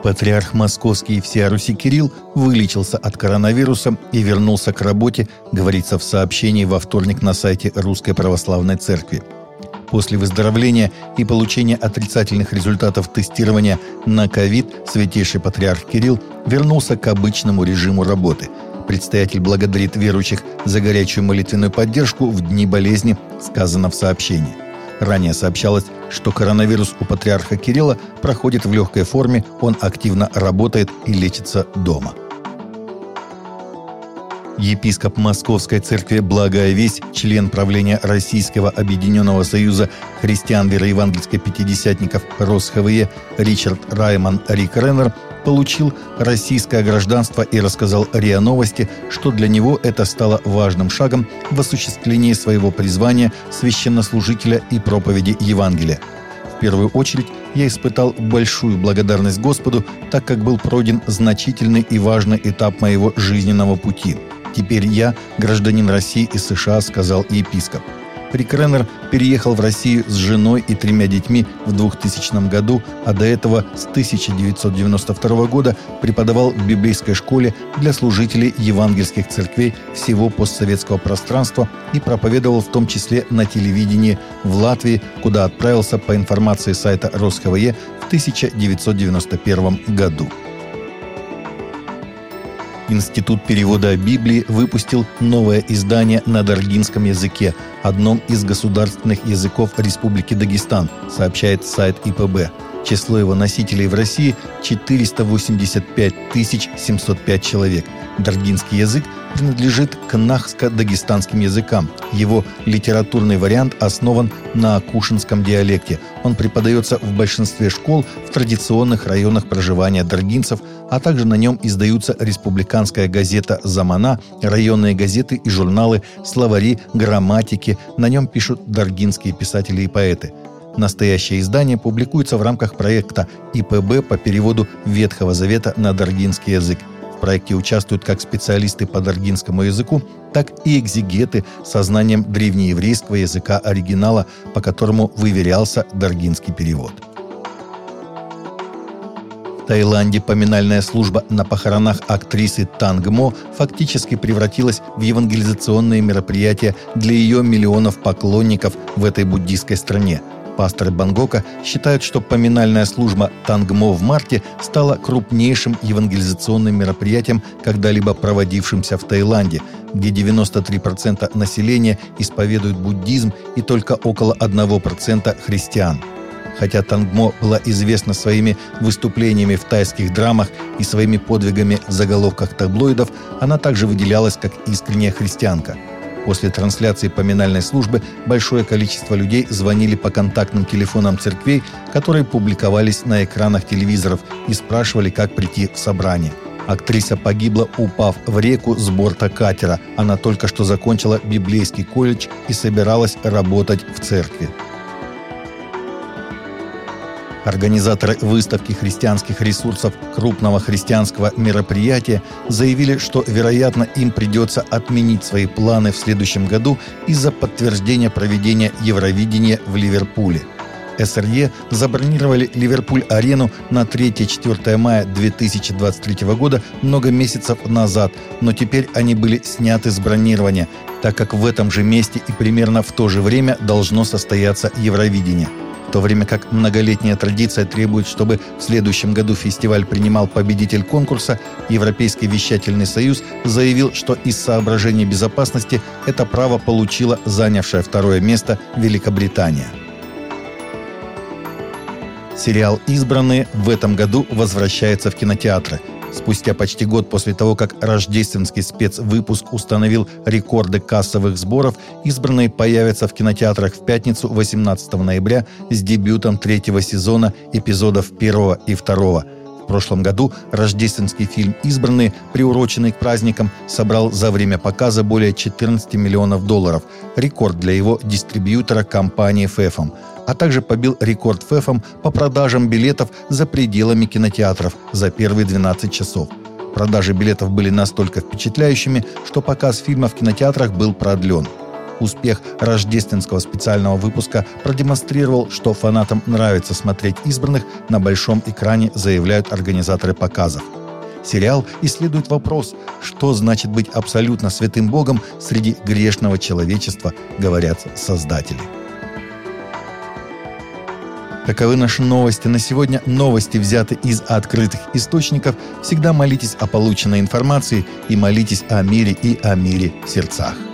Патриарх Московский и всея Руси Кирилл вылечился от коронавируса и вернулся к работе, говорится в сообщении во вторник на сайте Русской Православной Церкви. После выздоровления и получения отрицательных результатов тестирования на ковид святейший патриарх Кирилл вернулся к обычному режиму работы. Предстоятель благодарит верующих за горячую молитвенную поддержку в дни болезни, сказано в сообщении. Ранее сообщалось, что коронавирус у патриарха Кирилла проходит в легкой форме, он активно работает и лечится дома. Епископ Московской церкви «Благая весть», член правления Российского объединенного союза христиан вероевангельской пятидесятников РосХВЕ Ричард Райман Рик Реннер получил российское гражданство и рассказал РИА Новости, что для него это стало важным шагом в осуществлении своего призвания священнослужителя и проповеди Евангелия. В первую очередь я испытал большую благодарность Господу, так как был пройден значительный и важный этап моего жизненного пути. Теперь я гражданин России и США, сказал епископ. Рик Реннер переехал в Россию с женой и 3 детьми в 2000 году, а до этого с 1992 года преподавал в библейской школе для служителей евангельских церквей всего постсоветского пространства и проповедовал в том числе на телевидении в Латвии, куда отправился по информации сайта РосХВЕ в 1991 году. Институт перевода Библии выпустил новое издание на даргинском языке, одном из государственных языков Республики Дагестан, сообщает сайт ИПБ. Число его носителей в России – 485 705 человек. Даргинский язык принадлежит к нахско-дагестанским языкам. Его литературный вариант основан на акушинском диалекте. Он преподается в большинстве школ в традиционных районах проживания даргинцев, а также на нем издаются республиканская газета «Замана», районные газеты и журналы, словари, грамматики. На нем пишут даргинские писатели и поэты. Настоящее издание публикуется в рамках проекта ИПБ по переводу Ветхого Завета на даргинский язык. В проекте участвуют как специалисты по даргинскому языку, так и экзегеты со знанием древнееврейского языка оригинала, по которому выверялся даргинский перевод. В Таиланде поминальная служба на похоронах актрисы Танг Мо фактически превратилась в евангелизационные мероприятия для ее миллионов поклонников в этой буддийской стране. Пасторы Бангкока считают, что поминальная служба Танг Мо в марте стала крупнейшим евангелизационным мероприятием, когда-либо проводившимся в Таиланде, где 93% населения исповедуют буддизм и только около 1% христиан. Хотя Танг Мо была известна своими выступлениями в тайских драмах и своими подвигами в заголовках таблоидов, она также выделялась как искренняя христианка. После трансляции поминальной службы большое количество людей звонили по контактным телефонам церквей, которые публиковались на экранах телевизоров, и спрашивали, как прийти в собрание. Актриса погибла, упав в реку с борта катера. Она только что закончила библейский колледж и собиралась работать в церкви. Организаторы выставки христианских ресурсов крупного христианского мероприятия заявили, что, вероятно, им придется отменить свои планы в следующем году из-за подтверждения проведения Евровидения в Ливерпуле. СРЕ забронировали Ливерпуль-арену на 3-4 мая 2023 года много месяцев назад, но теперь они были сняты с бронирования, так как в этом же месте и примерно в то же время должно состояться Евровидение. В то время как многолетняя традиция требует, чтобы в следующем году фестиваль принимал победитель конкурса, Европейский вещательный союз заявил, что из соображений безопасности это право получила занявшая 2-е место Великобритания. Сериал «Избранные» в этом году возвращается в кинотеатры. Спустя почти год после того, как рождественский спецвыпуск установил рекорды кассовых сборов, «Избранные» появятся в кинотеатрах в пятницу 18 ноября с дебютом 3-го сезона эпизодов 1 и 2. В прошлом году рождественский фильм «Избранные», приуроченный к праздникам, собрал за время показа более $14 миллионов, рекорд для его дистрибьютора компании «Фэфом», а также побил рекорд «Фэфом» по продажам билетов за пределами кинотеатров за первые 12 часов. Продажи билетов были настолько впечатляющими, что показ фильма в кинотеатрах был продлен. Успех рождественского специального выпуска продемонстрировал, что фанатам нравится смотреть «Избранных» на большом экране, заявляют организаторы показов. Сериал исследует вопрос, что значит быть абсолютно святым Богом среди грешного человечества, говорят создатели. Таковы наши новости на сегодня. Новости взяты из открытых источников. Всегда молитесь о полученной информации и молитесь о мире и о мире в сердцах.